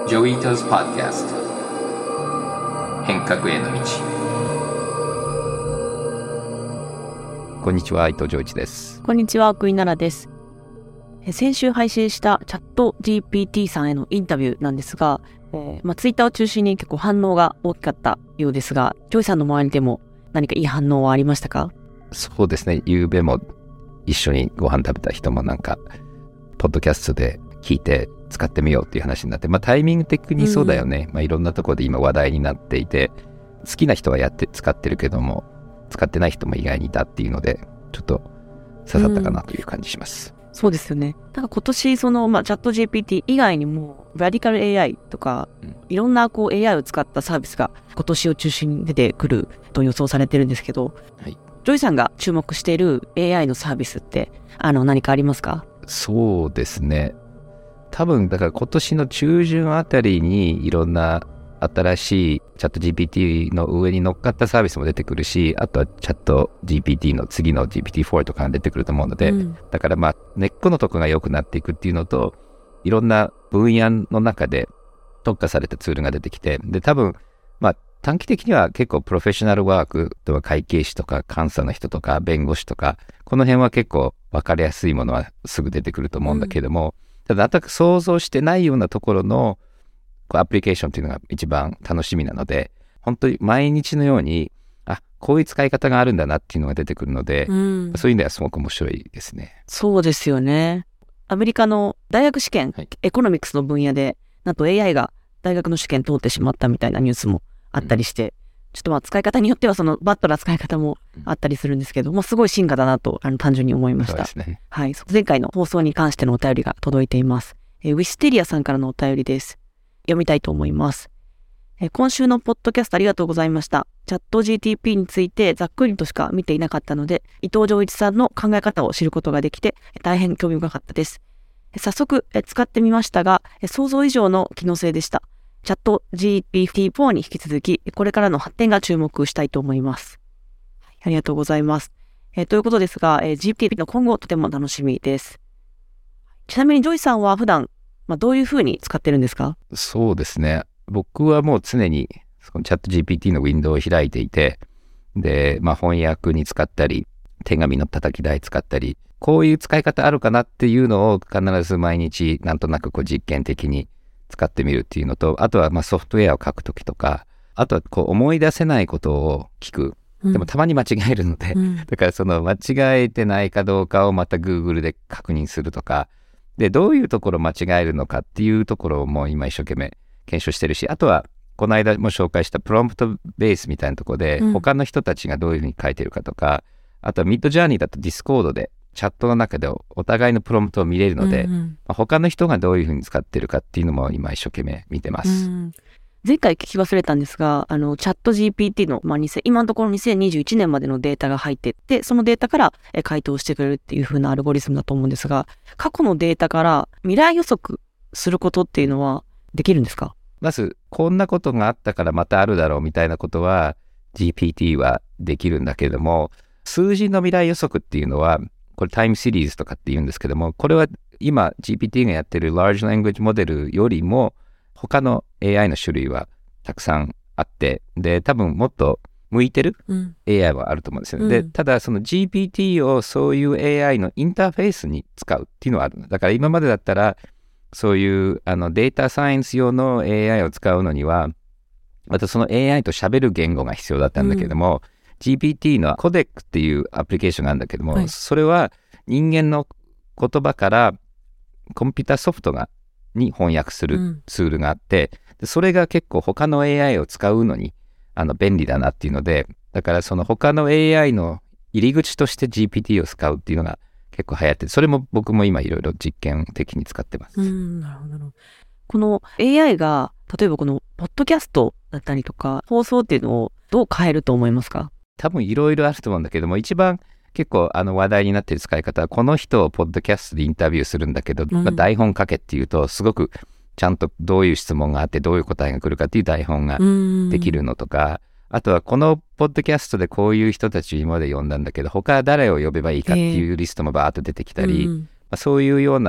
ジョイトズ・ポッドキャスト変革への道。 こんにちは、伊藤浄一です。 こんにちは、クイナラです。先週配信したチャット GPT さんへのインタビューなんですが、ツイッターを中心に結構反応が大きかったようですが、ジョイさんの周りでも何かいい反応はありましたか？ そうですね、夕べも一緒にご飯食べた人もなんかポッドキャストで聞いて使ってみようっていう話になって、タイミング的にそうだよね、いろんなところで今話題になっていて、好きな人は使ってるけども使ってない人も意外にいたっていうので、ちょっと刺さったかなという感じします。 そうですよね。なんか今年チャット GPT 以外にもラディカル AI とか、いろんなAI を使ったサービスが今年を中心に出てくると予想されてるんですけど、はい、ジョイさんが注目している AI のサービスって何かありますか？ そうですね、多分だから今年の中旬あたりにいろんな新しいチャット GPT の上に乗っかったサービスも出てくるし、あとはチャット GPT の次の GPT-4 とかが出てくると思うので、だから根っこのとこが良くなっていくっていうのと、いろんな分野の中で特化されたツールが出てきて、で多分短期的には結構プロフェッショナルワークとは会計士とか監査の人とか弁護士とか、この辺は結構分かりやすいものはすぐ出てくると思うんだけれども、ただ想像してないようなところのアプリケーションっていうのが一番楽しみなので、本当に毎日のようにこういう使い方があるんだなっていうのが出てくるので、そういう意味ではすごく面白いですね。 そうですよね。アメリカの大学試験、エコノミクスの分野でなんと AI が大学の試験通ってしまったみたいなニュースもあったりして、ちょっと使い方によってはそのバッドな使い方もあったりするんですけど、すごい進化だなと単純に思いました。 そうですね。 はい、前回の放送に関してのお便りが届いています。ウィステリアさんからのお便りです。読みたいと思います。今週のポッドキャストありがとうございました。チャット GTP についてざっくりとしか見ていなかったので、伊藤浄一さんの考え方を知ることができて大変興味深かったです。早速使ってみましたが、想像以上の機能性でした。チャット GPT-4 に引き続き、これからの発展が注目したいと思います。ありがとうございます。ということですが、GPT の今後とても楽しみです。ちなみにジョイさんは普段どういうふうに使ってるんですか？ そうですね、僕はもう常にそのチャット GPT のウィンドウを開いていて、で、翻訳に使ったり、手紙の叩き台使ったり、こういう使い方あるかなっていうのを必ず毎日なんとなく実験的に使ってみるっていうのと、あとはソフトウェアを書くときとか、あとは思い出せないことを聞く。でもたまに間違えるので、だからその間違えてないかどうかをまた Google で確認するとか、でどういうところ間違えるのかっていうところをもう今一生懸命検証してるし、あとはこの間も紹介したプロンプトベースみたいなところで、他の人たちがどういうふうに書いてるかとか、あとはミッドジャーニーだとディスコードでチャットの中でお互いのプロンプトを見れるので、他の人がどういうふうに使ってるかっていうのも今一生懸命見てます。 前回聞き忘れたんですが、チャット GPT の、今のところ2021年までのデータが入っていって、そのデータから回答してくれるっていう風なアルゴリズムだと思うんですが、過去のデータから未来予測することっていうのはできるんですか？ まずこんなことがあったからまたあるだろうみたいなことは GPT はできるんだけれども、数字の未来予測っていうのはこれタイムシリーズとかって言うんですけども、これは今 GPT がやってる Large Language Model よりも他の AI の種類はたくさんあって、で多分もっと向いてる AI はあると思うんですよね。でただその GPT をそういう AI のインターフェースに使うっていうのはある。だから今までだったらそういうデータサイエンス用の AI を使うのにはまたその AI と喋る言語が必要だったんだけども、GPT のコデックっていうアプリケーションがあるんだけども、それは人間の言葉からコンピューターソフトに翻訳するツールがあって、でそれが結構他の AI を使うのに便利だなっていうので、だからその他の AI の入り口として GPT を使うっていうのが結構流行って、それも僕も今いろいろ実験的に使ってます。 なるほど。この AI が例えばこのポッドキャストだったりとか放送っていうのをどう変えると思いますか？ 多分いろいろあると思うんだけども、一番結構話題になっている使い方は、この人をポッドキャストでインタビューするんだけど、台本書けっていうとすごくちゃんとどういう質問があってどういう答えが来るかっていう台本ができるのとか、あとはこのポッドキャストでこういう人たち今まで呼んだんだけど他は誰を呼べばいいかっていうリストもバーッと出てきたり、そういうような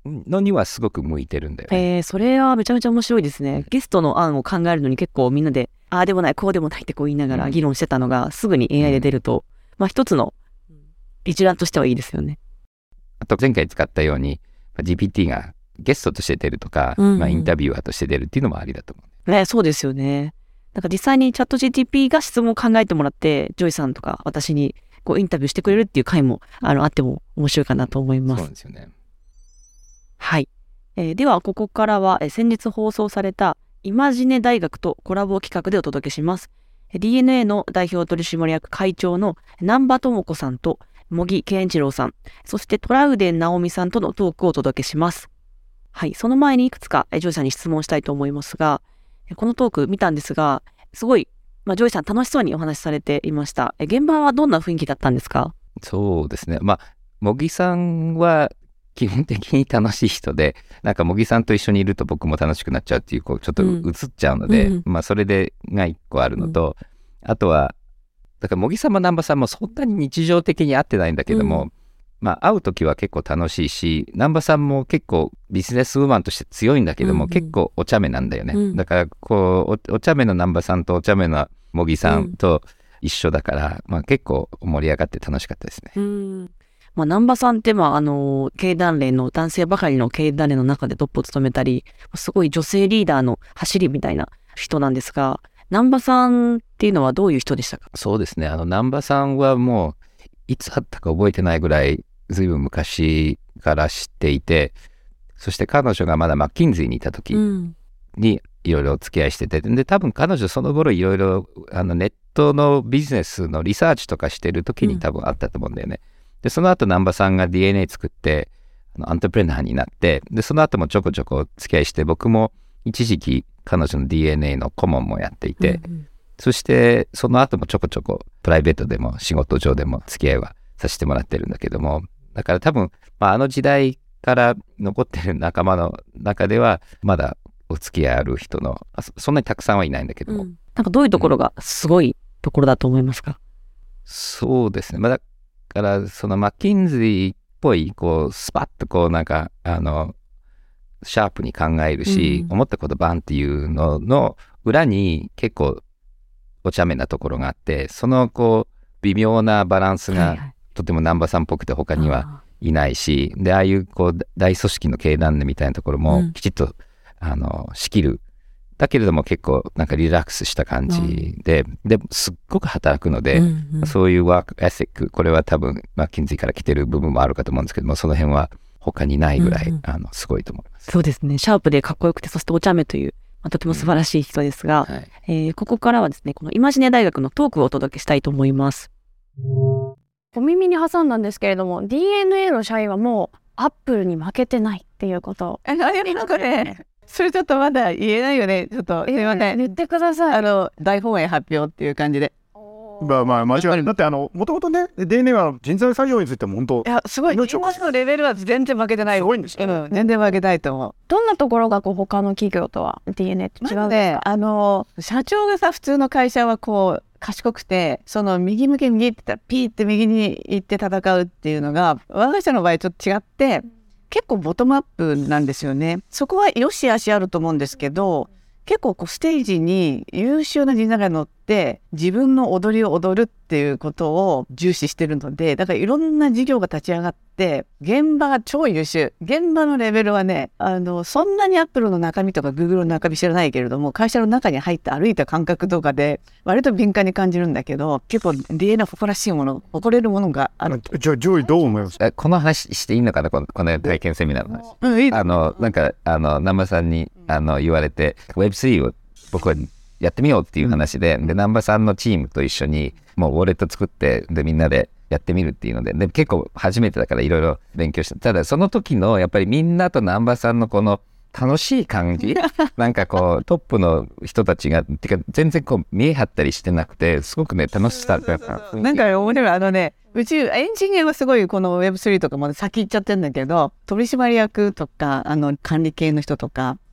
のにはすごく向いてるんだよね。 それはめちゃめちゃ面白いですね。ゲストの案を考えるのに結構みんなで、ああでもない、こうでもないってこう言いながら議論してたのが、すぐに AI で出ると、一つの一覧としてはいいですよね。 あと前回使ったように、GPT がゲストとして出るとか、インタビュアーとして出るっていうのもありだと思う。 ね、そうですよね。なんか実際にチャット GTP が質問を考えてもらって、ジョイさんとか私にこうインタビューしてくれるっていう回もあっても面白いかなと思います。 そうですよね。 はい。ではここからは、先日放送されたイマジネ大学とコラボ企画でお届けします。DNA の代表取締役会長の南波智子さんと茂木健一郎さん、そしてトラウデン直美さんとのトークをお届けします。はい。その前にいくつかジョイさんに質問したいと思いますが、このトーク見たんですが、すごい、ジョイさん楽しそうにお話しされていました。現場はどんな雰囲気だったんですか？ そうですね。茂木さんは基本的に楽しい人で、なんか茂木さんと一緒にいると僕も楽しくなっちゃうっていう、ちょっと映っちゃうので、それでが一個あるのと、あとは、だから茂木さんも南波さんもそんなに日常的に会ってないんだけども、会うときは結構楽しいし、南波さんも結構ビジネスウーマンとして強いんだけども、結構お茶目なんだよね。だからお茶目の南波さんとお茶目な茂木さんと一緒だから、結構盛り上がって楽しかったですね。 南波さんって経営団連の男性ばかりの経営団連の中でトップを務めたり、すごい女性リーダーの走りみたいな人なんですが、南波さんっていうのはどういう人でしたか？ そうですね。南波さんはもういつ会ったか覚えてないぐらいずいぶん昔から知っていて、そして彼女がまだマッキンゼーにいた時にいろいろお付き合いしてて、で多分彼女その頃いろいろネットのビジネスのリサーチとかしてる時に多分あったと思うんだよね。でその後南波さんが DNA 作ってアントプレナーになって、でその後もちょこちょこ付き合いして、僕も一時期彼女の DNA の顧問もやっていて、そしてその後もちょこちょこプライベートでも仕事上でも付き合いはさせてもらってるんだけども、だから多分、あの時代から残ってる仲間の中ではまだお付き合いある人のそんなにたくさんはいないんだけども、 なんかどういうところがすごいところだと思いますか？ そうですね。だからそのマッキンゼーっぽいスパッとなんかシャープに考えるし、思ったことバンっていうのの裏に結構お茶目なところがあって、その微妙なバランスがとても南波さんっぽくて他にはいないし、でああいう大組織の経団連みたいなところもきちっと、仕切る。だけれども結構なんかリラックスした感じで、すっごく働くので、そういうワークエシック、これは多分マッキンゼーから来てる部分もあるかと思うんですけども、その辺は他にないぐらい、すごいと思います。 そうですね。シャープでかっこよくて、そしてお茶目という、とても素晴らしい人ですが、ここからはですね、このイマジネ大学のトークをお届けしたいと思います。 小耳に挟んだんですけれども、 DNA の社員はもうアップルに負けてないっていうこと。 なんかね、それちょっとまだ言えないよね。ちょっとすいません。 言ってください。 大本営発表っていう感じで。 間違いない。だってもともとね、DNA は人材採用についても本当、 いやすごい。今のレベルは全然負けてない。 すごいんですよ。 全然負けないと思う。 どんなところが他の企業とは DNA って違うんですか？ 社長がさ、普通の会社は賢くて、その右向け右って言ったらピーって右に行って戦うっていうのが、我が社の場合ちょっと違って、結構ボトムアップなんですよね。そこは良し悪しあると思うんですけど、結構ステージに優秀な人材が乗って自分の踊りを踊るっていうことを重視してるので、だからいろんな事業が立ち上がって現場が超優秀。現場のレベルはね、そんなにアップルの中身とかグーグルの中身知らないけれども、会社の中に入って歩いた感覚とかで割と敏感に感じるんだけど、結構 DNA 誇らしいもの、誇れるものがある。 じゃあ上位どう思います？ この話していいのかな、この体験セミナーの話。 いい。 なんか南波さんに言われて Web3 を僕はやってみようっていう話で、南波さんのチームと一緒にもうウォレット作って、でみんなでやってみるっていうので、結構初めてだからいろいろ勉強して、ただその時のやっぱりみんなと南波さんのこの楽しい感じなんかトップの人たちがてか全然見え張ったりしてなくて、すごくね楽しさがなんか面白い。うちエンジニアはすごいこの Web3 とかまで先行っちゃってるんだけど、取締役とか管理系の人とか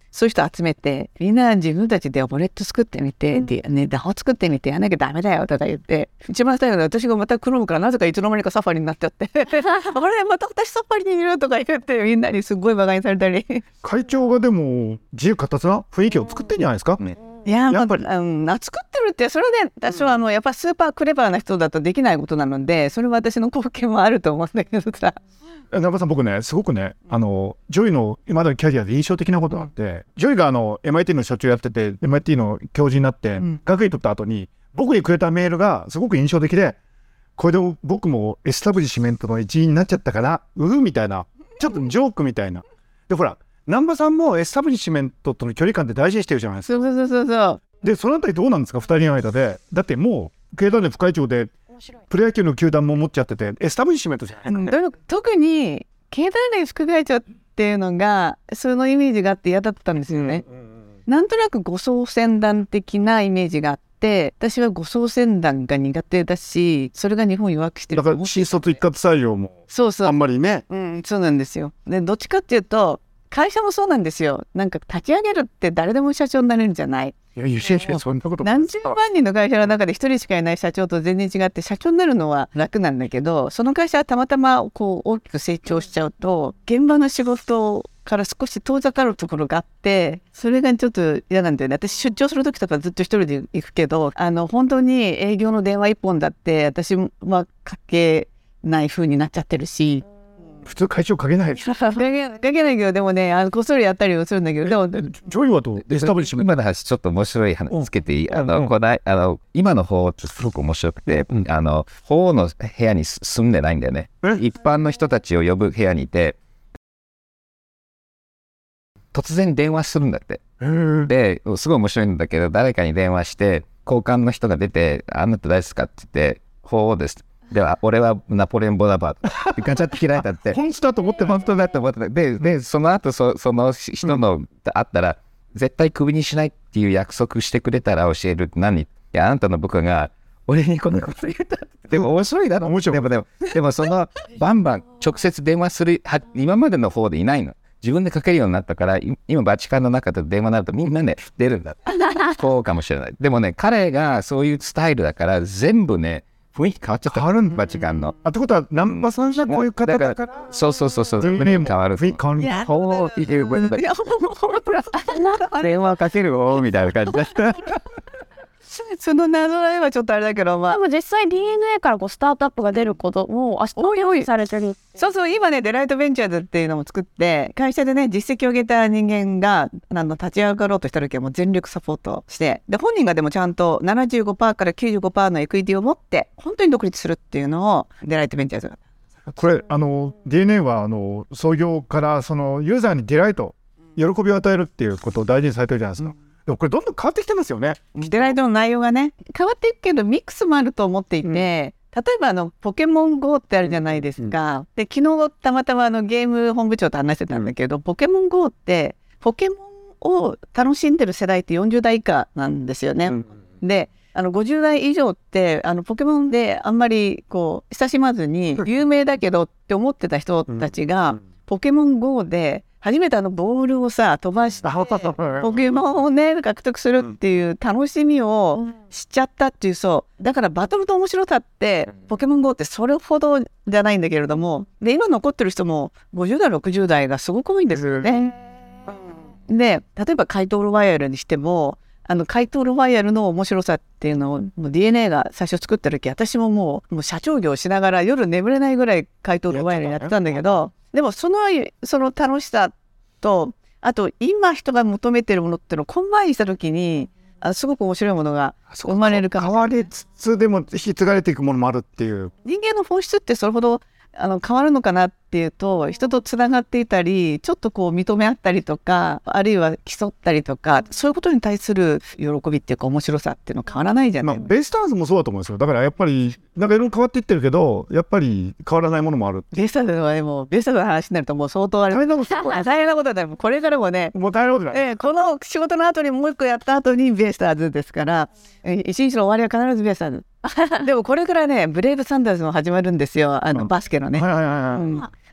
そういう人集めて、みんな自分たちでオムレット作ってみて、でね、ダホ作ってみてやんなきゃダメだよとか言って、一番最後に私がまたクロームからなぜかいつの間にかサファリになっちゃってあれまた私サファリにいるとか言ってみんなにすごい馬鹿にされたり会長がでも自由闊達な雰囲気を作ってんじゃないですか、 いややっぱり作ってるってそれで私はやっぱスーパークレバーな人だとできないことなので、それは私の貢献もあると思うんだけどさ。 中田さん、僕ねすごくねジョイの今までのキャリアで印象的なことがあって、ジョイがMIT の所長やってて MIT の教授になって、学位取った後に僕にくれたメールがすごく印象的で、これで僕もエスタブリッシュメントの一員になっちゃったからみたいな、ちょっとジョークみたいな。でほら南波さんもエスタブリッシュメントとの距離感って大事にしてるじゃないですか。 そうでそのあたりどうなんですか、2人の間で。だってもう経団連副会長でプロ野球の球団も持っちゃっててエスタブリッシュメントじゃないですかね。 特に経団連副会長っていうのがそのイメージがあって嫌だったんですよね。なんとなく護送船団的なイメージがあって、私は護送船団が苦手だし、それが日本を弱くしてる。 だから新卒一括採用もあんまりね。 そうなんですよ。でどっちかっていうと会社もそうなんですよ。なんか立ち上げるって誰でも社長になれるんじゃない。 いやそんなこと何十万人の会社の中で一人しかいない社長と全然違って、社長になるのは楽なんだけど、その会社はたまたまこう大きく成長しちゃうと現場の仕事から少し遠ざかるところがあって、それがちょっと嫌なんだよね。私出張する時とかずっと一人で行くけど、本当に営業の電話一本だって私はかけない風になっちゃってるし。 普通会長かけないでしょ。 かけないけど、でもねこっそりやったりはするんだけど、でもジョイはとエスタブリッシュメント今の話ちょっと面白い話つけていい？今の法ってすごく面白くて、法の部屋に住んでないんだよね。一般の人たちを呼ぶ部屋にいて、突然電話するんだって。ですごい面白いんだけど、誰かに電話して交換の人が出て、あなた誰ですかって言って、法です。では俺はナポレオン・ボナパートガチャって開いたって本当だと思って本当だと思ってでその後その人の会ったら、絶対クビにしないっていう約束してくれたら教えるって。何？いやあなたの部下が俺にこんなこと言ったって。でも面白いだろ。 面白い。 でもそのバンバン直接電話する今までの方でいないの。自分でかけるようになったから、今バチカンの中で電話になるとみんなね出るんだ。そうかもしれない。でもね彼がそういうスタイルだから全部ね雰囲気変わっちゃった。 変わるんだ。 バチカンの。 ってことは南波さんがこういう方だから。 そう変わる。 雰囲気変わる。 電話かけるよみたいな感じだった。 その謎の絵はちょっとあれだけど、 でも実際 DNA からスタートアップが出ることも多いされてる。 そう今ねデライトベンチャーズっていうのも作って、会社でね実績を上げた人間が立ち上がろうとした時はもう全力サポートして、で本人がでもちゃんと 75% から 95% のエクイティを持って本当に独立するっていうのをデライトベンチャーズが。 これDNA は創業からそのユーザーにデライト、喜びを与えるっていうことを大事にされてるじゃないですか。でもこれどんどん変わってきてますよね。 デライトの内容がね変わっていくけどミックスもあると思っていて、例えばポケモン GO ってあるじゃないですか。で昨日たまたまゲーム本部長と話してたんだけど、ポケモン GO ってポケモンを楽しんでる世代って40代以下なんですよね。で50代以上ってポケモンであんまり親しまずに有名だけどって思ってた人たちが、ポケモン GO で初めてボールを飛ばしてポケモンをね獲得するっていう楽しみを知っちゃったっていう。だからバトルと面白さってポケモン GO ってそれほどじゃないんだけれども、で今残ってる人も50代60代がすごく多いんですよね。で例えば怪盗ロワイヤルにしても怪盗ロワイヤルの面白さっていうのをもう DNA が最初作った時、私ももう社長業しながら夜眠れないぐらい怪盗ロワイヤルやってたんだけど、でもその楽しさと、あと今人が求めてるものっていうのをコンバインした時にすごく面白いものが生まれるかも。 変わりつつでも引き継がれていくものもあるっていう。 人間の本質ってそれほど変わるのかなっていうと、人とつながっていたりちょっと認め合ったりとか、あるいは競ったりとか、そういうことに対する喜びっていうか面白さっていうのは変わらないじゃない。 ベイスターズもそうだと思うんですよ。だからやっぱりなんかいろいろ変わっていってるけど、やっぱり変わらないものもある。 ベイスターズはねもうベイスターズの話になるともう相当大変なことだよ。これからもねもう大変なことだよ。 この仕事の後にもう一個やった後にベイスターズですから、一日の終わりは必ずベイスターズ。でもこれからねブレイブサンダーズも始まるんですよ、バスケのね。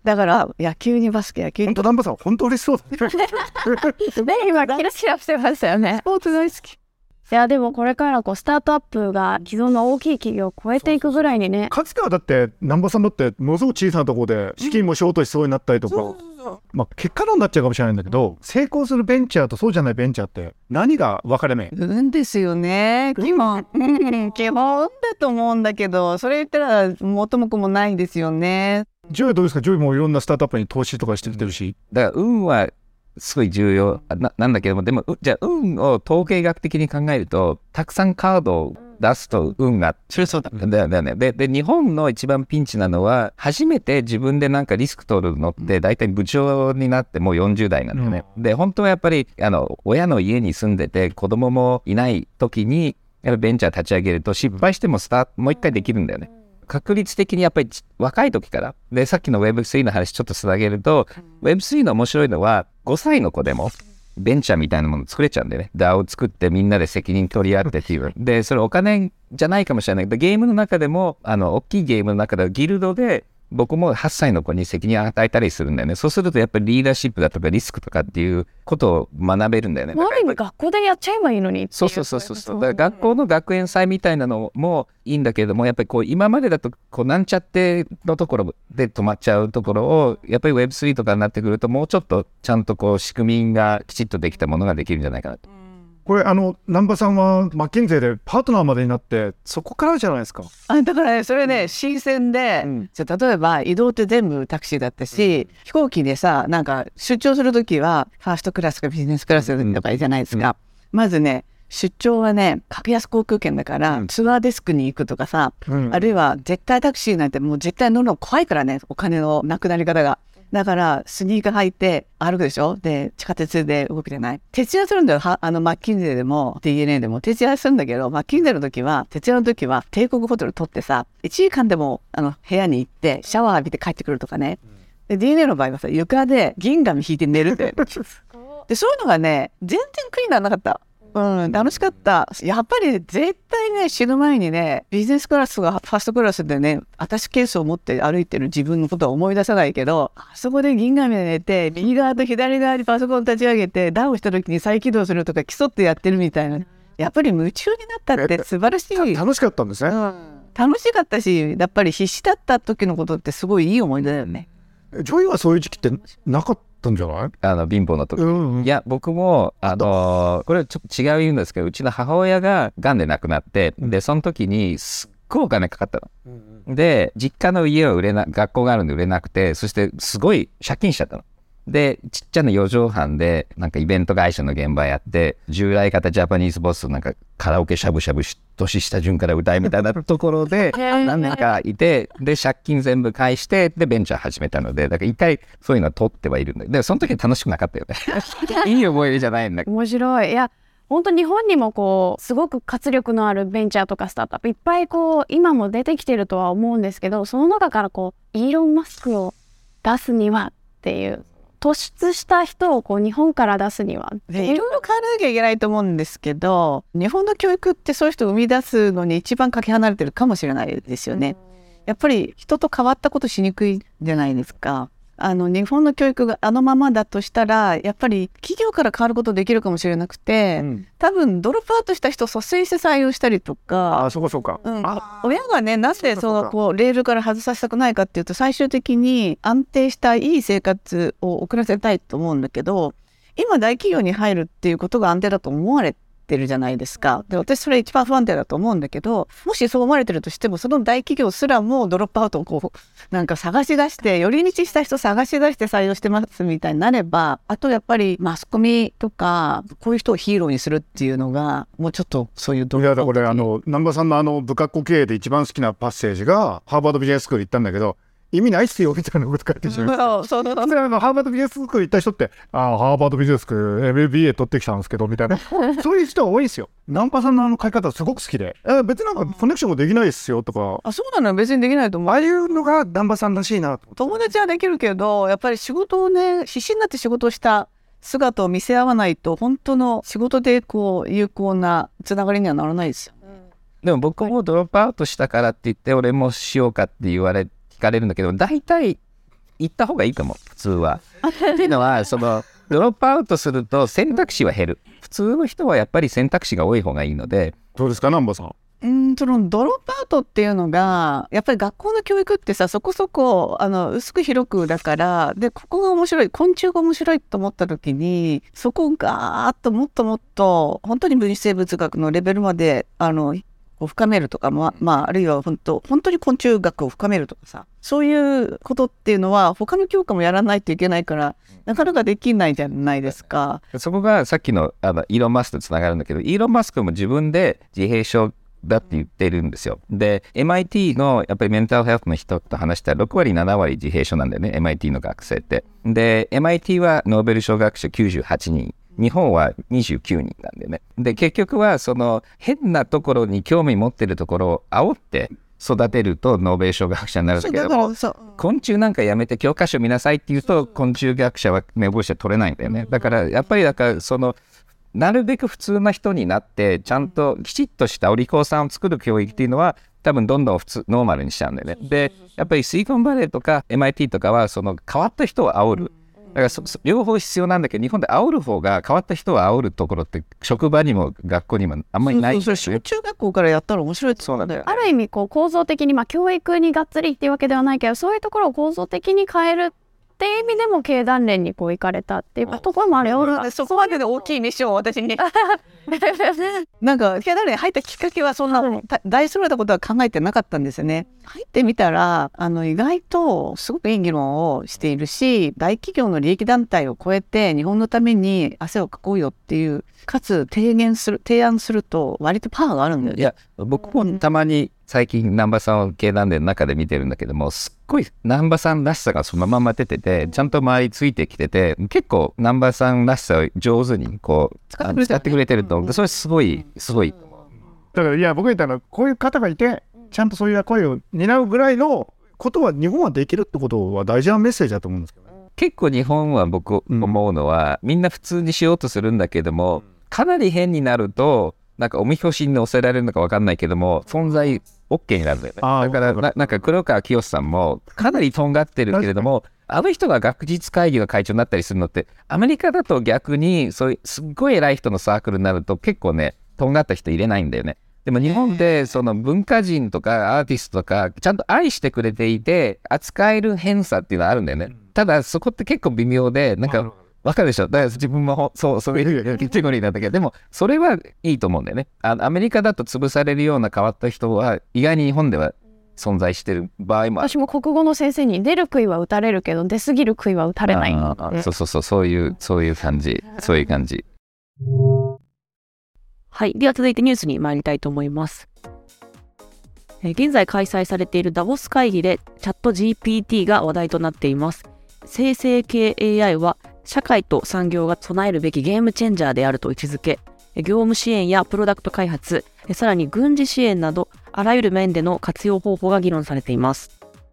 だから野球にバスケ、野球に本当南波さん本当嬉しそうだね。 ね、今キラキラしてましたよね。 スポーツ大好き。 いやでもこれからスタートアップが既存の大きい企業を超えていくぐらいにね。 かつてはだって南波さんだってものすごく小さなところで資金もショートしそうになったりとか、結果論になっちゃうかもしれないんだけど、成功するベンチャーとそうじゃないベンチャーって何が分かれ目？ 運ですよね。基本だと思うんだけど、それ言ったら元も子もないんですよね。 ジョイはどうですか？ジョイもいろんなスタートアップに投資とかしてるし、 だから運はすごい重要なんだけども、でもじゃあ運を統計学的に考えると、たくさんカードを出すと運が、 それそうだ。 だよね。で日本の一番ピンチなのは、初めて自分でなんかリスク取るのって大体部長になってもう40代なんだよね。で本当はやっぱり親の家に住んでて子供もいない時にやっぱベンチャー立ち上げると失敗してももう一回できるんだよね。確率的にやっぱり若い時からで、さっきの Web3 の話ちょっとつなげると、Web3 の面白いのは5歳の子でもベンチャーみたいなもの作れちゃうんだよね。DAO を作ってみんなで責任取り合ってっていう。でそれお金じゃないかもしれないけど、ゲームの中でも大きいゲームの中ではギルドで僕も8歳の子に責任を与えたりするんだよね。そうするとやっぱりリーダーシップだとかリスクとかっていうことを学べるんだよね。 ある意味学校でやっちゃえばいいのにっていう。 そう。だから学校の学園祭みたいなのもいいんだけれども、やっぱり今までだとなんちゃってのところで止まっちゃうところを、やっぱり Web3 とかになってくると、もうちょっとちゃんと仕組みがきちっとできたものができるんじゃないかなと。 これ南波さんはマッキンゼーでパートナーまでになってそこからじゃないですか。 だからね、それね、新鮮で、じゃあ例えば移動って全部タクシーだったし、飛行機でさ、なんか出張するときはファーストクラスかビジネスクラスとかいいじゃないですか。まずね、出張はね、格安航空券だから、ツアーデスクに行くとかさ、あるいは絶対タクシーなんてもう絶対乗るの怖いからね、お金のなくなり方が。だからスニーカー履いて歩くでしょ。で地下鉄で動けてない。徹夜するんだよ。マッキンゼーでも DNA でも徹夜するんだけど、マッキンゼーの時は徹夜の時は帝国ホテル取ってさ、1時間でも部屋に行ってシャワー浴びて帰ってくるとかね。で DNA の場合はさ、床で銀紙引いて寝るってでそういうのがね、全然苦にならなかった。楽しかった。やっぱり絶対ね、死ぬ前にね、ビジネスクラスとかファーストクラスでね、アタッシュケースを持って歩いてる自分のことは思い出さないけど、あそこで銀紙で寝て、右側と左側にパソコン立ち上げて、ダウンした時に再起動するとか競ってやってるみたいな。やっぱり夢中になったって素晴らしい。 楽しかったんですね。 楽しかったし、やっぱり必死だった時のことってすごいいい思い出だよね。 ジョイはそういう時期ってなかったんじゃない？ 貧乏な時、いや僕もこれちょっと違う言うんですけど、うちの母親が癌で亡くなって、でその時にすっごいお金かかったの、で実家の家は学校があるんで売れなくて、そしてすごい借金しちゃったの。でちっちゃな4畳半でなんかイベント会社の現場やって、従来型ジャパニーズボスなんかカラオケしゃぶしゃぶ年下順から歌いみたいなところで何年かいて、で借金全部返して、でベンチャー始めたので、だから一回そういうのは取ってはいるんだけど、でその時は楽しくなかったよねいい思い出じゃないんだけど。 面白い。いや本当日本にもすごく活力のあるベンチャーとかスタートアップいっぱい今も出てきてるとは思うんですけど、その中からイーロン・マスクを出すにはっていう、突出した人を日本から出すには、 いろいろ変わらなきゃいけないと思うんですけど、日本の教育ってそういう人を生み出すのに一番かけ離れてるかもしれないですよね。やっぱり人と変わったことしにくいじゃないですか。日本の教育がままだとしたら、やっぱり企業から変わることできるかもしれなくて、多分ドロップアウトした人を率先して採用したりとか、 そうか、 親がね、なぜレールから外させたくないかっていうと、最終的に安定したいい生活を送らせたいと思うんだけど、今大企業に入るっていうことが安定だと思われてるじゃないですか。で私それ一番不安定だと思うんだけど、もしそう思われてるとしても、その大企業すらもドロップアウトをなんか探し出して、寄り道した人探し出して採用してますみたいになれば、あとやっぱりマスコミとかこういう人をヒーローにするっていうのが、もうちょっとそういうドロップアウト。 いやだから南波さんの不格好経営で一番好きなパッセージが、ハーバードビジネススクール行ったんだけど意味ないっすよみたいなこと書いてしまう。ハーバードビジネススクール行った人って、ハーバードビジネススクール MBA 取ってきたんですけどみたいなそういう人が多いですよ。南波さんの書き方すごく好きで、別になんかコネクションもできないですよとか。 そうなのよ、別にできないと思う。 ああいうのが南波さんらしいなと。 友達はできるけど、やっぱり仕事をね、必死になって仕事をした姿を見せ合わないと、本当の仕事で有効なつながりにはならないですよ。 でも僕もドロップアウトしたからって言って俺もしようかって聞かれるんだけど、大体行った方がいいと思う、普通は。っていうのは、ドロップアウトすると選択肢は減る。普通の人はやっぱり選択肢が多い方がいいので。 どうですか、南波さん。 そのドロップアウトっていうのがやっぱり学校の教育ってさ、そこそこ薄く広くだから、でここが面白い、昆虫が面白いと思った時に、そこがもっともっと本当に分子生物学のレベルまでこう深めるとか、あるいは本当に昆虫学を深めるとかさ、そういうことっていうのは他の教科もやらないといけないから、なかなかできないじゃないですか。 そこがさっきのイーロン・マスクとつながるんだけど、イーロン・マスクも自分で自閉症だって言ってるんですよ。で MIT のやっぱりメンタルヘルスの人と話したら6割7割自閉症なんだよね、 MIT の学生って。で MIT はノーベル賞学者98人、日本は29人なんだよね。で結局はその変なところに興味持ってるところを煽って育てるとノーベル賞学者になるんだけども、昆虫なんかやめて教科書見なさいって言うと昆虫学者は名簿者取れないんだよね。だからやっぱりなるべく普通な人になってちゃんときちっとしたお利口さんを作る教育っていうのは多分どんどんノーマルにしちゃうんだよね。でやっぱりシリコンバレーとか MIT とかはその変わった人を煽る。だから両方必要なんだけど、日本で煽る方が、変わった人を煽るところって職場にも学校にもあんまりない。 それ小中学校からやったら面白いってそうなんだよ。 ある意味構造的に、教育にがっつりっていうわけではないけど、そういうところを構造的に変えるっていう意味でも経団連に行かれたっていうところもあるよ。 そこまでで大きいミッションを私になんか経団連入ったきっかけはそんな大それたことは考えてなかったんですよね。入ってみたら意外とすごくいい議論をしているし、大企業の利益団体を超えて日本のために汗をかこうよっていう、かつ提案すると割とパワーがあるんだよね。 いや僕もたまに最近南波さんを経団連の中で見てるんだけども、すっごい南波さんらしさがそのまま出てて、ちゃんと周りついてきてて、結構南波さんらしさを上手に使ってくれてると、それすごいと思う。 だからいや僕が言ったのは、こういう方がいてちゃんとそういう役割を担うぐらいのことは日本はできるってことは大事なメッセージだと思うんですけどね。 結構日本は僕思うのは、みんな普通にしようとするんだけども、かなり変になるとなんかおみこしに乗せられるのか分かんないけども、存在 OK になるんだよね。だからなんか黒川清さんもかなりとんがってるけれども、あの人が学術会議の会長になったりするのって、アメリカだと逆にそういうすっごい偉い人のサークルになると結構ね、とんがった人入れないんだよね。でも日本でその文化人とかアーティストとかちゃんと愛してくれていて扱える偏差っていうのはあるんだよね。ただそこって結構微妙で、なんかわかるでしょ。だから自分もそういうカテゴリーなんだけど、でもそれはいいと思うんだよね。アメリカだと潰されるような変わった人は意外に日本では存在してる場合もある。 私も国語の先生に出る杭は打たれるけど出過ぎる杭は打たれない。 そういう感じ。そういう感じ。 はい。では続いてニュースに参りたいと思います。現在開催されているダボス会議でチャット GPT が話題となっています。生成系 AI は社会と産業が備えるべきゲームチェンジャーであると位置づけ、業務支援やプロダクト開発、さらに軍事支援などあらゆる面での活用方法が議論されています。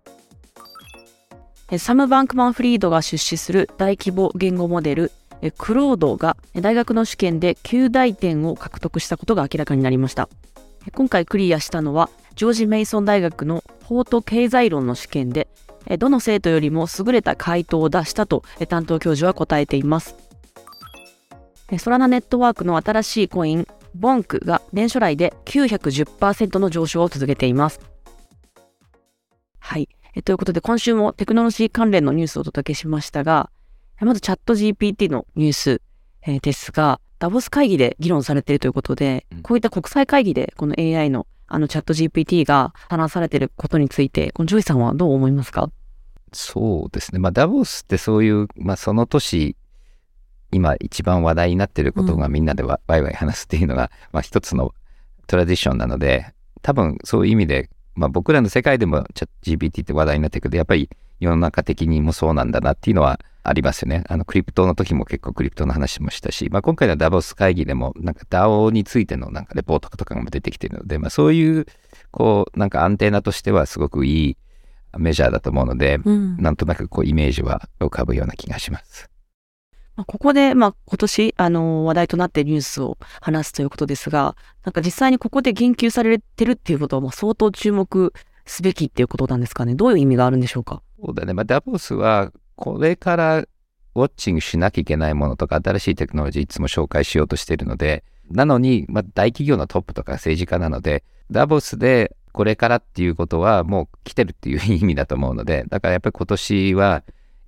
サム・バンクマン・フリードが出資する大規模言語モデルクロードが大学の試験で9大点を獲得したことが明らかになりました。今回クリアしたのはジョージ・メイソン大学のフォート経済論の試験で、どの生徒よりも優れた回答を出したと担当教授は答えています。ソラナネットワークの新しいコインボンクが年初来で 910% の上昇を続けています。はい、ということで今週もテクノロジー関連のニュースをお届けしましたが、まずチャット GPT のニュース、ですが、ダボス会議で議論されているということで、こういった国際会議でこの AI のチャット GPT が話されていることについて、このジョイさんはどう思いますか？ そうですね。ダボスってそういう、その年、今一番話題になっていることがみんなでワイワイ話すっていうのが、一つのトラディションなので、多分そういう意味で、僕らの世界でもチャット GPT って話題になってくるけど、やっぱり世の中的にもそうなんだなっていうのはありますよね。クリプトの時も結構クリプトの話もしたし、今回のダボス会議でもなんか DAO についてのなんかレポートとかも出てきているので、そういうなんかアンテナとしてはすごくいいメジャーだと思うので、なんとなくイメージは浮かぶような気がします。 ここで今年話題となっているニュースを話すということですが、なんか実際にここで言及されてるっていうことは相当注目すべきっていうことなんですかね。どういう意味があるんでしょうか？ そうだね。ダボスはこれからウォッチングしなきゃいけないものとか新しいテクノロジーいつも紹介しようとしているので、なのに、大企業のトップとか政治家なので、ダボスでこれからっていうことはもう来てるっていう意味だと思うので、だからやっぱり今年は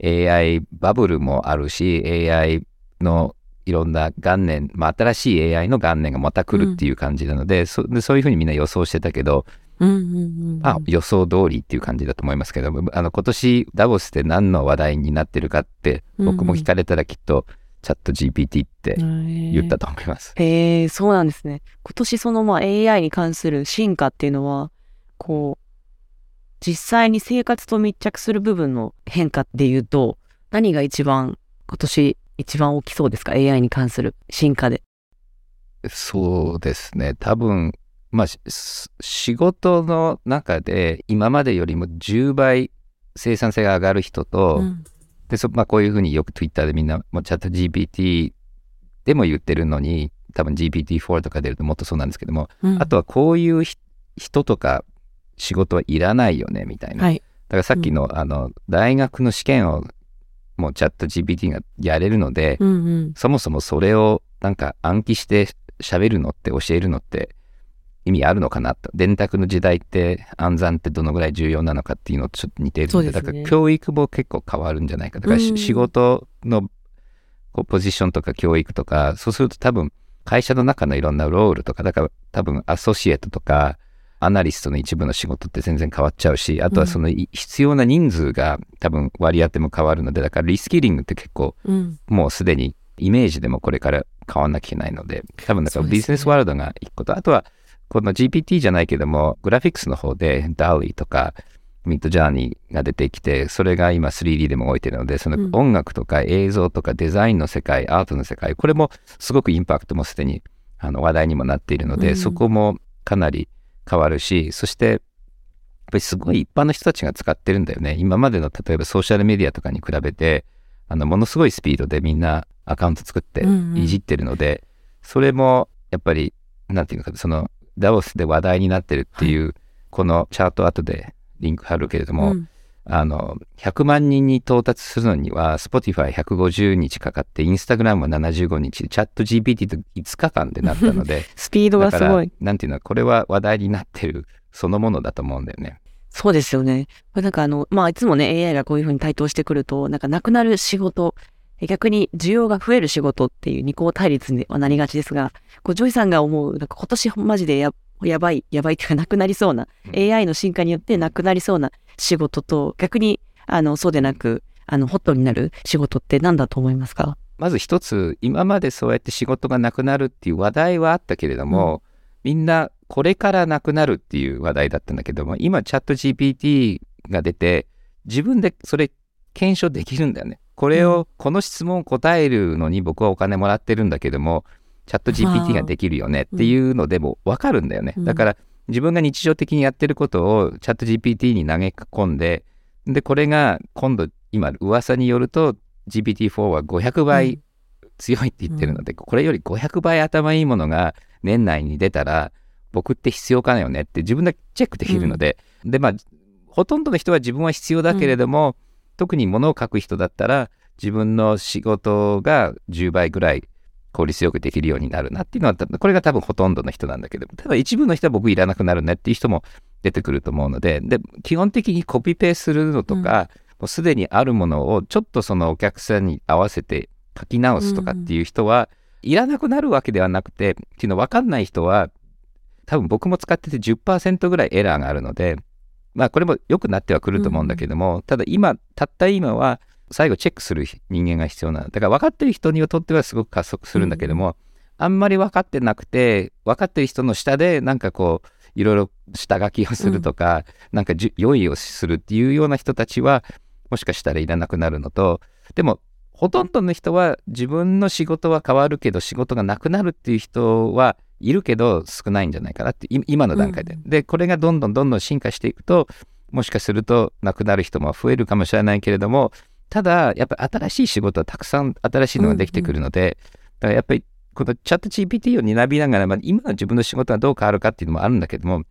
AI バブルもあるし、AI のいろんな元年、新しい AI の元年がまた来るっていう感じなので、そういうふうにみんな予想してたけど、予想通りっていう感じだと思いますけど、今年ダボスで何の話題になってるかって僕も聞かれたらきっとチャット GPT って言ったと思います。 そうなんですね。今年そのAI に関する進化っていうのはこう実際に生活と密着する部分の変化でいうと何が今年一番大きそうですか？ AI に関する進化で。 そうですね。多分仕事の中で今までよりも10倍生産性が上がる人と、でこういうふうによく Twitter でみんなチャット GPT でも言ってるのに、多分 GPT-4 とか出るともっとそうなんですけども、あとはこういう人とか仕事はいらないよねみたいな、だからさっきの、大学の試験をもうチャット GPT がやれるので、そもそもそれをなんか暗記して喋るのって教えるのって意味あるのかなと。電卓の時代って暗算ってどのぐらい重要なのかっていうのとちょっと似ているので、だから教育も結構変わるんじゃないか。だから仕事のポジションとか教育とか、そうすると多分会社の中のいろんなロールとか、だから多分アソシエイトとかアナリストの一部の仕事って全然変わっちゃうし、あとはその必要な人数が多分割り当ても変わるので、だからリスキリングって結構もうすでにイメージでもこれから変わんなきゃいけないので、多分だからビジネスワールドが一個と、あとはこの GPT じゃないけどもグラフィックスの方で DALL-E とかミッドジャーニーが出てきて、それが今 3D でも動いているので、その音楽とか映像とかデザインの世界、アートの世界、これもすごくインパクトもすでに話題にもなっているので、そこもかなり変わるし、そしてやっぱりすごい一般の人たちが使ってるんだよね。今までの例えばソーシャルメディアとかに比べてものすごいスピードでみんなアカウント作っていじってるので、それもやっぱりなんていうのか、そのダボスで話題になってるっていう、このチャート後でリンク貼るけれども、100万人に到達するのには Spotify150 日かかって、インスタグラムは75日、チャット GPT と5日間でなったのでスピードがすごい。 だからなんていうの、これは話題になってるそのものだと思うんだよね。 そうですよね。なんかいつもね AI がこういうふうに台頭してくると、なんかなくなる仕事、逆に需要が増える仕事っていう二項対立にはなりがちですが、ジョイさんが思うなんか今年マジでやばいっていうかなくなりそうな、AI の進化によってなくなりそうな仕事と、逆にそうでなくホットになる仕事って何だと思いますか？ まず一つ、今までそうやって仕事がなくなるっていう話題はあったけれども、みんなこれからなくなるっていう話題だったんだけども、今チャット GPT が出て自分でそれ検証できるんだよね。この質問を答えるのに僕はお金もらってるんだけども、チャット GPT ができるよねっていうのでも分かるんだよね。だから自分が日常的にやってることをチャット GPT に投げ込んで、これが今度今噂によると GPT-4 は500倍強いって言ってるので、これより500倍頭いいものが年内に出たら僕って必要かなよねって自分でチェックできるので、ほとんどの人は自分は必要だけれども、特に物を書く人だったら自分の仕事が10倍ぐらい効率よくできるようになるなっていうのは、これが多分ほとんどの人なんだけど、ただ一部の人は僕いらなくなるねっていう人も出てくると思うので、基本的にコピペするのとか、もうすでにあるものをちょっとそのお客さんに合わせて書き直すとかっていう人はいらなくなるわけではなくて、っていうの分かんない人は多分僕も使ってて 10% ぐらいエラーがあるので、これも良くなってはくると思うんだけども、ただたった今は最後チェックする人間が必要なの。だから分かってる人にとってはすごく加速するんだけども、あんまり分かってなくて、分かってる人の下でなんかこういろいろ下書きをするとか、なんか用意をするっていうような人たちはもしかしたらいらなくなるのと、でもほとんどの人は自分の仕事は変わるけど仕事がなくなるっていう人はいるけど少ないんじゃないかなって今の段階で、でこれがどんどん進化していくと、もしかするとなくなる人も増えるかもしれないけれども、ただやっぱり新しい仕事はたくさん新しいのができてくるので、だからやっぱりこのチャット GPT を担いながら、今の自分の仕事がどう変わるかっていうのもあるんだけども、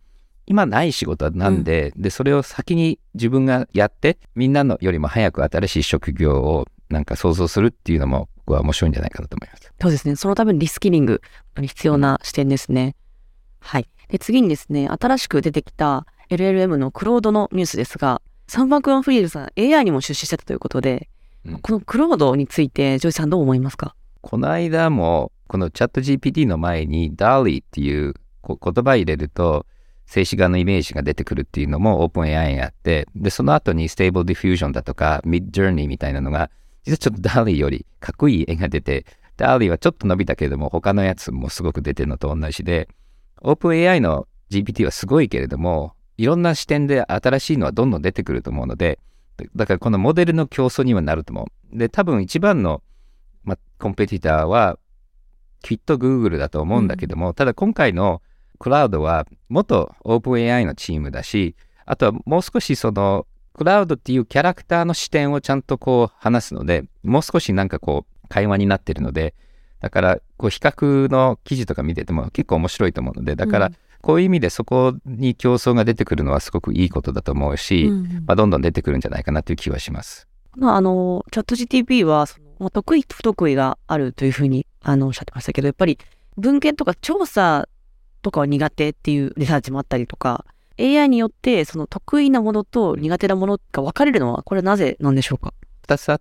今ない仕事はなんで、で、それを先に自分がやって、みんなのよりも早く新しい職業をなんか想像するっていうのも、僕は面白いんじゃないかなと思います。 そうですね。そのためにリスキリングに必要な視点ですね。はい。で、次にですね、新しく出てきた LLM のクロードのニュースですが、サンバンクマンフリードさん AI にも出資してたということで、このクロードについてジョイさんどう思いますか？ この間も、このチャット GPT の前に DALL-E っていう言葉入れると、静止画のイメージが出てくるっていうのもオープン AI にあって、で、その後に Stable Diffusion だとか Mid Journey みたいなのが、実はちょっと DALL-E よりかっこいい絵が出て、DALL-E はちょっと伸びたけれども、他のやつもすごく出てるのと同じで、オープン AI の GPT はすごいけれども、いろんな視点で新しいのはどんどん出てくると思うので、だからこのモデルの競争にはなると思う。で、多分一番の、コンペティターはきっと Google だと思うんだけども、ただ今回のクラウドは元オープン AI のチームだし、あとはもう少しそのクラウドっていうキャラクターの視点をちゃんとこう話すので、もう少しなんかこう会話になってるので、だからこう比較の記事とか見てても結構面白いと思うので、だからこういう意味でそこに競争が出てくるのはすごくいいことだと思うし、どんどん出てくるんじゃないかなという気はします。 チャット GTP は得意不得意があるというふうにおっしゃってましたけど、やっぱり文献とか調査とかは苦手っていうリサーチもあったりとか、AI によってその得意なものと苦手なものが分かれるのはこれはなぜなんでしょうか ？2つあって、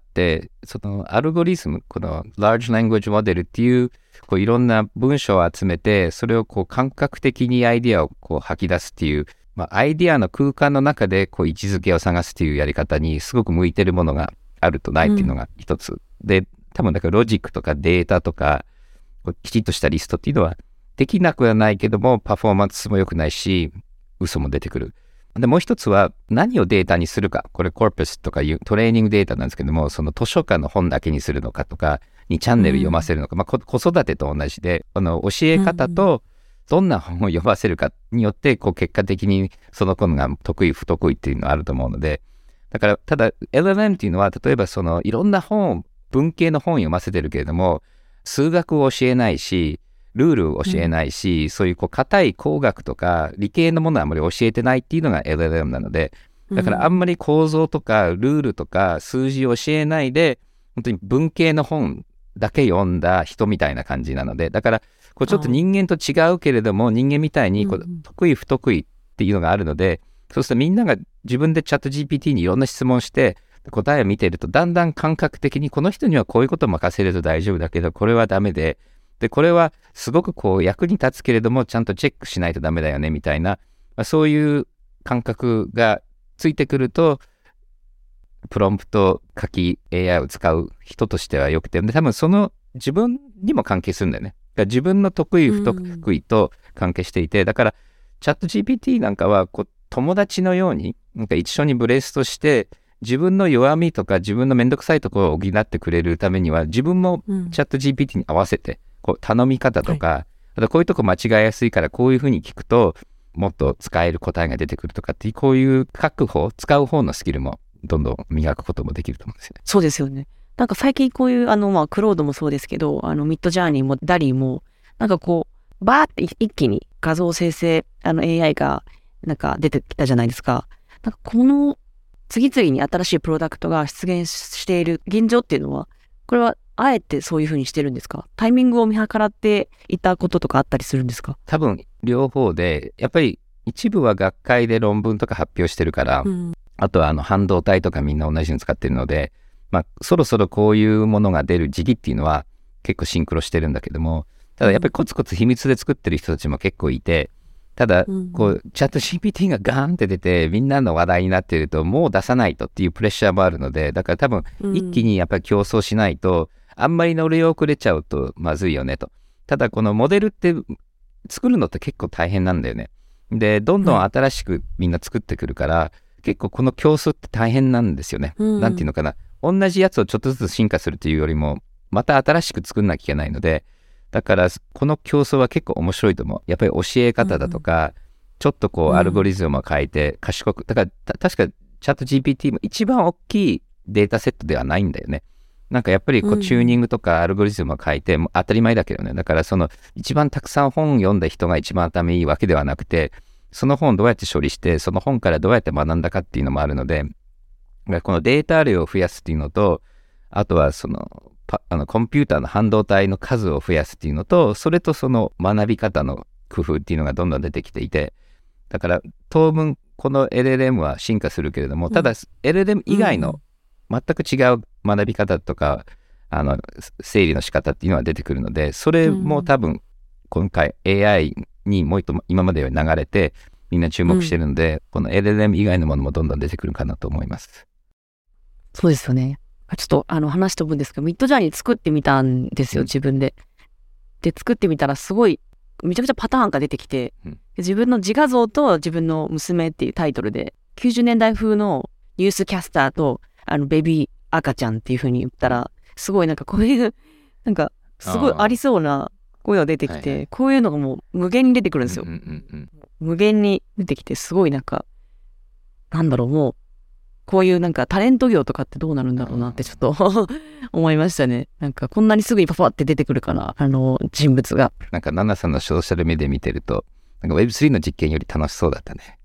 そのアルゴリズム、この Large Language Model っていう、こういろんな文章を集めて、それをこう感覚的にアイディアをこう吐き出すっていう、アイディアの空間の中でこう位置づけを探すっていうやり方にすごく向いてるものがあるとないっていうのが一つ。で、多分だからロジックとかデータとか、こうきちっとしたリストっていうのはできなくはないけども、パフォーマンスも良くないし、嘘も出てくる。で、もう一つは何をデータにするか。これコープスとかいうトレーニングデータなんですけども、その図書館の本だけにするのかとか、2チャンネル読ませるのか、子育てと同じで、教え方とどんな本を読ませるかによって、こう結果的にその子が得意不得意っていうのがあると思うので、だから、ただ LLM っていうのは、例えばそのいろんな本、文系の本を読ませてるけれども、数学を教えないし、ルールを教えないし、そういうこう硬い工学とか理系のものはあまり教えてないっていうのが LLM なので、だからあんまり構造とかルールとか数字を教えないで、本当に文系の本だけ読んだ人みたいな感じなので、だからこうちょっと人間と違うけれども、人間みたいにこう得意不得意っていうのがあるので、そうするとみんなが自分でチャット GPT にいろんな質問して答えを見てると、だんだん感覚的にこの人にはこういうことを任せると大丈夫だけど、これはダメで、これはすごくこう役に立つけれどもちゃんとチェックしないとダメだよねみたいな、そういう感覚がついてくると、プロンプト書き AI を使う人としてはよくて、で多分その自分にも関係するんだよね。自分の得意不得意と関係していて、だからチャット GPT なんかはこう友達のようになんか一緒にブレストして、自分の弱みとか自分のめんどくさいところを補ってくれるためには、自分もチャット GPT に合わせてこう頼み方とか、あとこういうとこ間違いやすいからこういうふうに聞くともっと使える答えが出てくるとかっていう、こういう使う方のスキルもどんどん磨くこともできると思うんですよね。 そうですよね。なんか最近こういうクロードもそうですけど、ミッドジャーニーもダリーもなんかこうバーって一気に画像生成AI がなんか出てきたじゃないですか。なんかこの次々に新しいプロダクトが出現している現状っていうのは、これはあえてそういうふうにしてるんですか？タイミングを見計らっていたこととかあったりするんですか？ 多分両方で、やっぱり一部は学会で論文とか発表してるから、あとは半導体とかみんな同じの使ってるので、そろそろこういうものが出る時期っていうのは結構シンクロしてるんだけども、ただやっぱりコツコツ秘密で作ってる人たちも結構いて、ただこうチャット GPT がガーンって出てみんなの話題になっていると、もう出さないとっていうプレッシャーもあるので、だから多分一気にやっぱり競争しないと、あんまり乗り遅れちゃうとまずいよねと。ただこのモデルって作るのって結構大変なんだよね。でどんどん新しくみんな作ってくるから、結構この競争って大変なんですよね。なんていうのかな、同じやつをちょっとずつ進化するというよりも、また新しく作んなきゃいけないので、だからこの競争は結構面白いと思う。やっぱり教え方だとか、ちょっとこうアルゴリズムを変えて賢く、だから確かチャット GPT も一番大きいデータセットではないんだよね。なんかやっぱりこうチューニングとかアルゴリズムを変えて、もう当たり前だけどね。だからその一番たくさん本読んだ人が一番頭いいわけではなくて、 その本をどうやって処理して、その本からどうやって学んだかっていうのもあるので、このデータ量を増やすっていうのと、あとはそのコンピューターの半導体の数を増やすっていうのと、それとその学び方の工夫っていうのがどんどん出てきていて、だから当分この LLM は進化するけれども、ただ LLM 以外の全く違う学び方とか、整理の仕方っていうのは出てくるので、それも多分今回 AI にもう一度今までより流れてみんな注目してるので、この LLM 以外のものもどんどん出てくるかなと思います。 そうですよね。ちょっと話飛ぶんですけど、ミッドジャーニー作ってみたんですよ、自分で。で、作ってみたらすごい、めちゃくちゃパターンが出てきて、自分の自画像と自分の娘っていうタイトルで、90年代風のニュースキャスターと、ベビー赤ちゃんっていう風に言ったら、すごいなんかこういう、なんかすごいありそうな声が出てきて、こういうのがもう無限に出てくるんですよ。無限に出てきて、すごいなんか、なんだろう、もう、こういうなんかタレント業とかってどうなるんだろうなってちょっと思いましたね。なんかこんなにすぐにパパって出てくるかな、人物が。 なんかナナさんのソーシャルメディア見てると、なんか Web3 の実験より楽しそうだったね。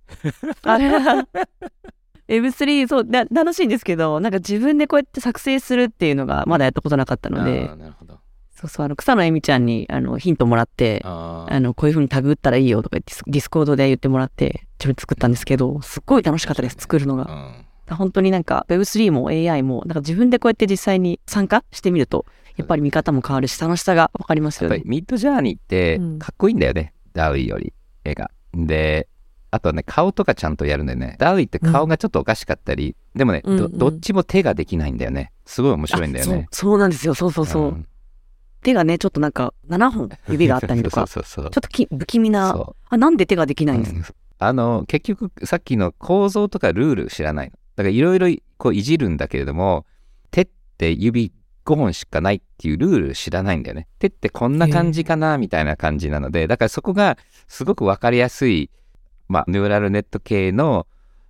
Web3 そう楽しいんですけど、なんか自分でこうやって作成するっていうのがまだやったことなかったので、 なるほど。 そう草野恵美ちゃんにヒントもらって、こういう風にタグ打ったらいいよとか言ってディスコードで言ってもらって自分で作ったんですけど、すっごい楽しかったです、作るのが。本当になんか Web3 も AI もなんか自分でこうやって実際に参加してみるとやっぱり見方も変わるし楽しさが分かりますよね。 やっぱりミッドジャーニーってかっこいいんだよね、ダウイより絵が。であとね、顔とかちゃんとやるんだよね。ダウイって顔がちょっとおかしかったり、でもね、どっちも手ができないんだよね。すごい面白いんだよね。 そうなんですよ。そう、手がねちょっとなんか7本指があったりとかちょっと不気味な、なんで手ができないんですか。 結局さっきの構造とかルール知らないの。だからいろいろこういじるんだけれども、手って指5本しかないっていうルール知らないんだよね。手ってこんな感じかなみたいな感じなので、だからそこがすごく分かりやすい、ニューラルネット系の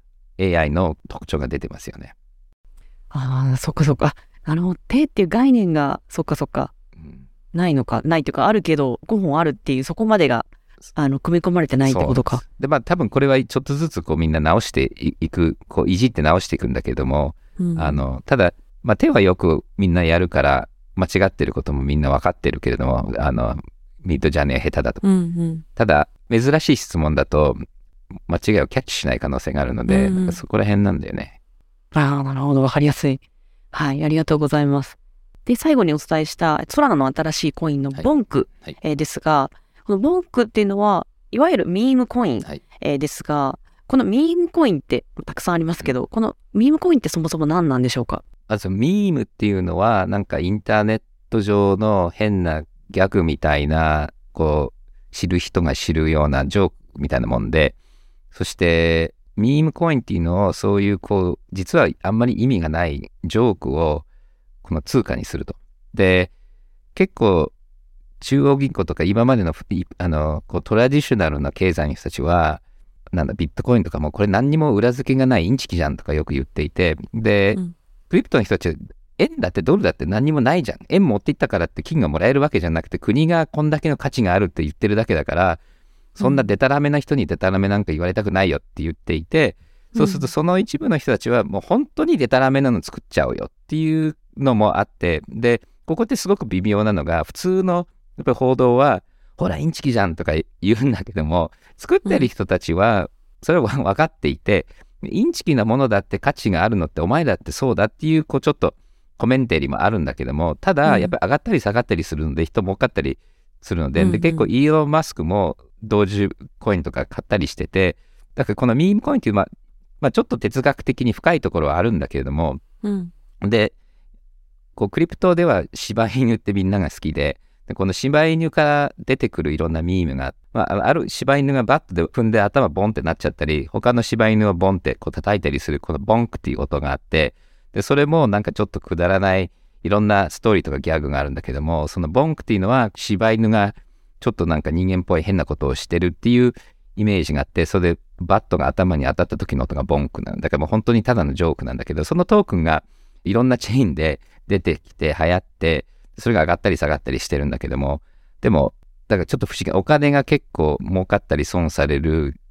AI の特徴が出てますよね。 そっか。手っていう概念がそっか、ないというかあるけど5本あるっていう、そこまでが組み込まれてないってことか。 で多分これはちょっとずつこうみんな直していく、こういじって直していくんだけども、ただ、手はよくみんなやるから間違ってることもみんな分かってるけれども、ミッドジャーニーは下手だと、ただ珍しい質問だと間違いをキャッチしない可能性があるので、そこら辺なんだよね。 なるほど、分かりやすい。はい、ありがとうございます。で、最後にお伝えしたソラナの新しいコインのボンク、ですが、このボンクっていうのはいわゆるミームコイン、ですが、このミームコインってたくさんありますけど、このミームコインってそもそも何なんでしょうか。 まずミームっていうのはなんかインターネット上の変なギャグみたいな、こう知る人が知るようなジョークみたいなもんで、そしてミームコインっていうのをそういうこう実はあんまり意味がないジョークをこの通貨にすると。で結構中央銀行とか今までのこうトラディショナルな経済の人たちはビットコインとかもこれ何にも裏付けがないインチキじゃんとかよく言っていて、で、クリプトの人たちは円だってドルだって何にもないじゃん、円持っていったからって金がもらえるわけじゃなくて、国がこんだけの価値があるって言ってるだけだから、そんなデタラメな人にデタラメなんか言われたくないよって言っていて、そうするとその一部の人たちはもう本当にデタラメなの作っちゃうよっていうのもあって、でここってすごく微妙なのが、普通のやっぱり報道はほらインチキじゃんとか言うんだけども、作ってる人たちはそれは分かっていて、インチキなものだって価値があるのってお前だってそうだっていう、こうちょっとコメンテリーもあるんだけども、ただやっぱり上がったり下がったりするので人儲かったりするので、で結構イーロン・マスクも同時コインとか買ったりしてて、だからこのミームコインっていうちょっと哲学的に深いところはあるんだけれども、でこうクリプトでは柴犬ってみんなが好きで、この柴犬から出てくるいろんなミームが、ある柴犬がバットで踏んで頭ボンってなっちゃったり、他の柴犬をボンってこう叩いたりするこのボンクっていう音があって、でそれもなんかちょっとくだらないいろんなストーリーとかギャグがあるんだけども、そのボンクっていうのは柴犬がちょっとなんか人間っぽい変なことをしてるっていうイメージがあって、それでバットが頭に当たった時の音がボンクなんだから、もう本当にただのジョークなんだけど、そのトークンがいろんなチェーンで出てきて流行って、それが上がったり下がったりしてるんだけども、でもだからちょっと不思議、お金が結構儲かったり損される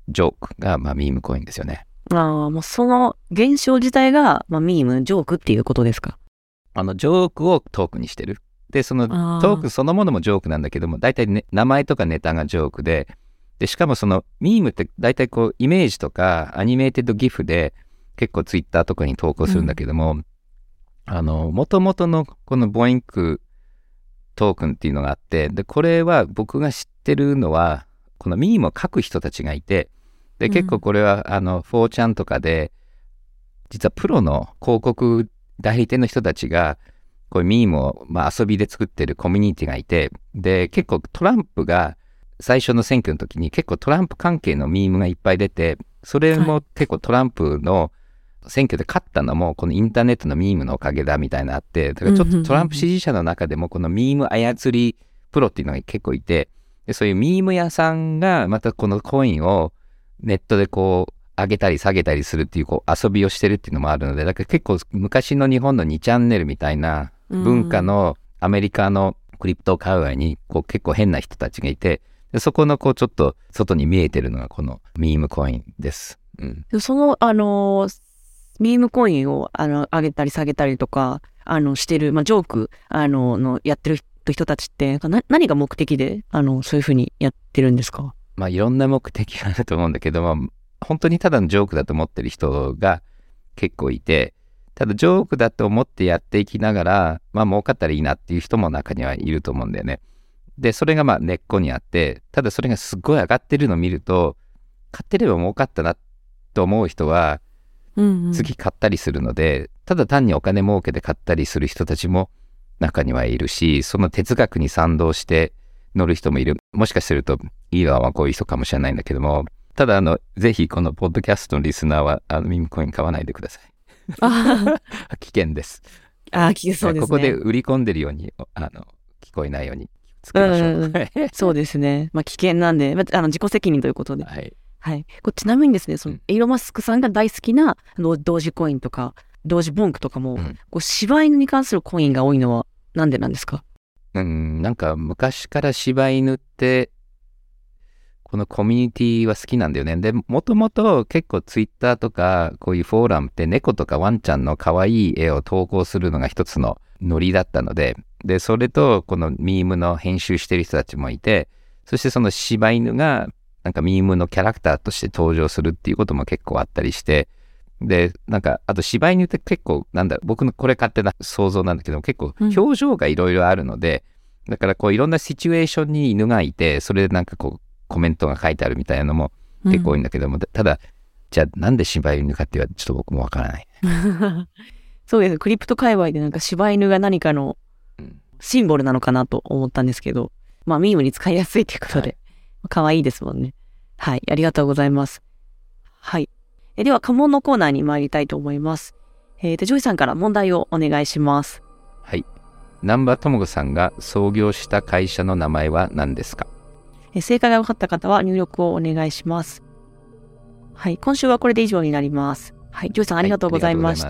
ジョークが、ミームコインですよね。 もうその現象自体が、ミーム、ジョークっていうことですか？ ジョークをトークにしてる。で、そのトークそのものもジョークなんだけども、大体、ね、名前とかネタがジョークで、しかもそのミームって大体こうイメージとかアニメーテッドギフで結構ツイッターとかに投稿するんだけども、元々のこのボインクトークンっていうのがあって、で、これは僕が知ってるのは、このミームを書く人たちがいて、で、結構これは4chan とかで、実はプロの広告代理店の人たちが、こういうミームを、遊びで作ってるコミュニティがいて、で、結構トランプが最初の選挙の時に結構トランプ関係のミームがいっぱい出て、それも結構トランプの選挙で勝ったのもこのインターネットのミームのおかげだみたいなのあって、だからちょっとトランプ支持者の中でもこのミーム操りプロっていうのが結構いて、でそういうミーム屋さんがまたこのコインをネットでこう上げたり下げたりするっていうこう遊びをしてるっていうのもあるので、だから結構昔の日本の2チャンネルみたいな文化のアメリカのクリプト界隈にこう結構変な人たちがいて、でそこのこうちょっと外に見えてるのがこのミームコインです。 そのミームコインを上げたり下げたりとかしてる、ジョークのやってる人たちって何が目的でそういうふうにやってるんですか？ いろんな目的があると思うんだけども、本当にただのジョークだと思ってる人が結構いて、ただジョークだと思ってやっていきながら儲かったらいいなっていう人も中にはいると思うんだよね。でそれが根っこにあって、ただそれがすっごい上がってるのを見ると、買ってれば儲かったなと思う人は次買ったりするので、ただ単にお金儲けで買ったりする人たちも中にはいるし、その哲学に賛同して乗る人もいる。もしかするとイーワンはこういう人かもしれないんだけども、ただぜひこのポッドキャストのリスナーはミームコイン買わないでください。危険です。 危険そうですね。 ここで売り込んでるように聞こえないようにつけましょう。 そうですね。危険なんで、自己責任ということで。 はい。 ちなみにですね、そのイーロン・マスクさんが大好きな同時コインとか同時ボンクとかも、柴犬に関するコインが多いのはなんでなんですか？ なんか昔から柴犬ってこのコミュニティは好きなんだよね。でもともと結構ツイッターとかこういうフォーラムって猫とかワンちゃんの可愛い絵を投稿するのが一つのノリだったので、でそれとこのミームの編集してる人たちもいて、そしてその柴犬がなんかミームのキャラクターとして登場するっていうことも結構あったりして、でなんかあと柴犬って結構僕のこれ勝手な想像なんだけど、結構表情がいろいろあるので、だからこういろんなシチュエーションに犬がいて、それでなんかこうコメントが書いてあるみたいなのも結構多いんだけども、ただじゃあなんで柴犬かって言われてちょっと僕もわからない。 そうです。クリプト界隈でなんか柴犬が何かのシンボルなのかなと思ったんですけど、ミームに使いやすいということで、可愛いですもんね。はい、ありがとうございます。はい。では、家紋のコーナーに参りたいと思います。ジョイさんから問題をお願いします。 はい。南波智子さんが創業した会社の名前は何ですか？ 正解が分かった方は入力をお願いします。はい。今週はこれで以上になります。はい。ジョイさんありがとうございました。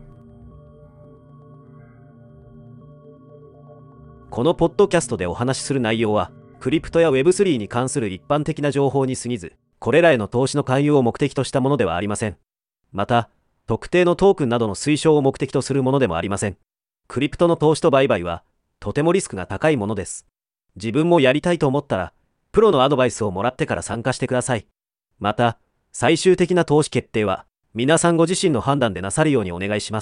このポッドキャストでお話しする内容は、クリプトや Web3 に関する一般的な情報に過ぎず、これらへの投資の勧誘を目的としたものではありません。また、特定のトークンなどの推奨を目的とするものでもありません。クリプトの投資と売買は、とてもリスクが高いものです。自分もやりたいと思ったら、プロのアドバイスをもらってから参加してください。また、最終的な投資決定は、皆さんご自身の判断でなさるようにお願いします。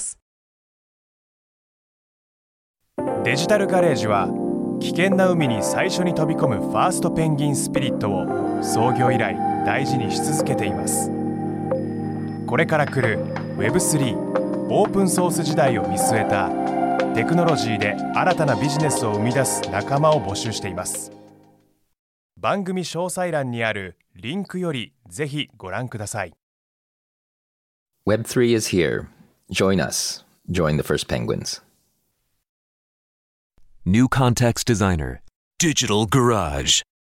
デジタルガレージは、危険な海に最初に飛び込むファーストペンギンスピリットを創業以来大事にし続けています。これから来る Web3 オープンソース時代を見据えたテクノロジーで新たなビジネスを生み出す仲間を募集しています。番組詳細欄にあるリンクよりぜひご覧ください。 Web3 is here. Join us. Join the first penguins. New Context Designer, Digital Garage.